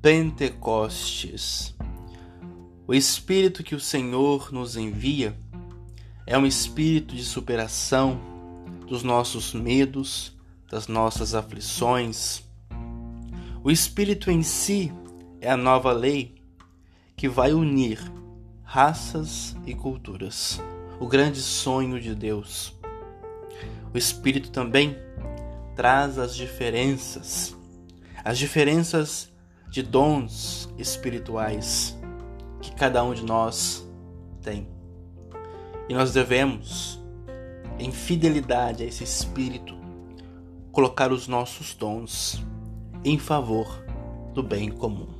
Pentecostes. O Espírito que o Senhor nos envia é um espírito de superação dos nossos medos, das nossas aflições. O Espírito em si é a nova lei que vai unir raças e culturas, o grande sonho de Deus. O Espírito também traz as diferenças de dons espirituais que cada um de nós tem. E nós devemos, em fidelidade a esse Espírito, colocar os nossos dons em favor do bem comum.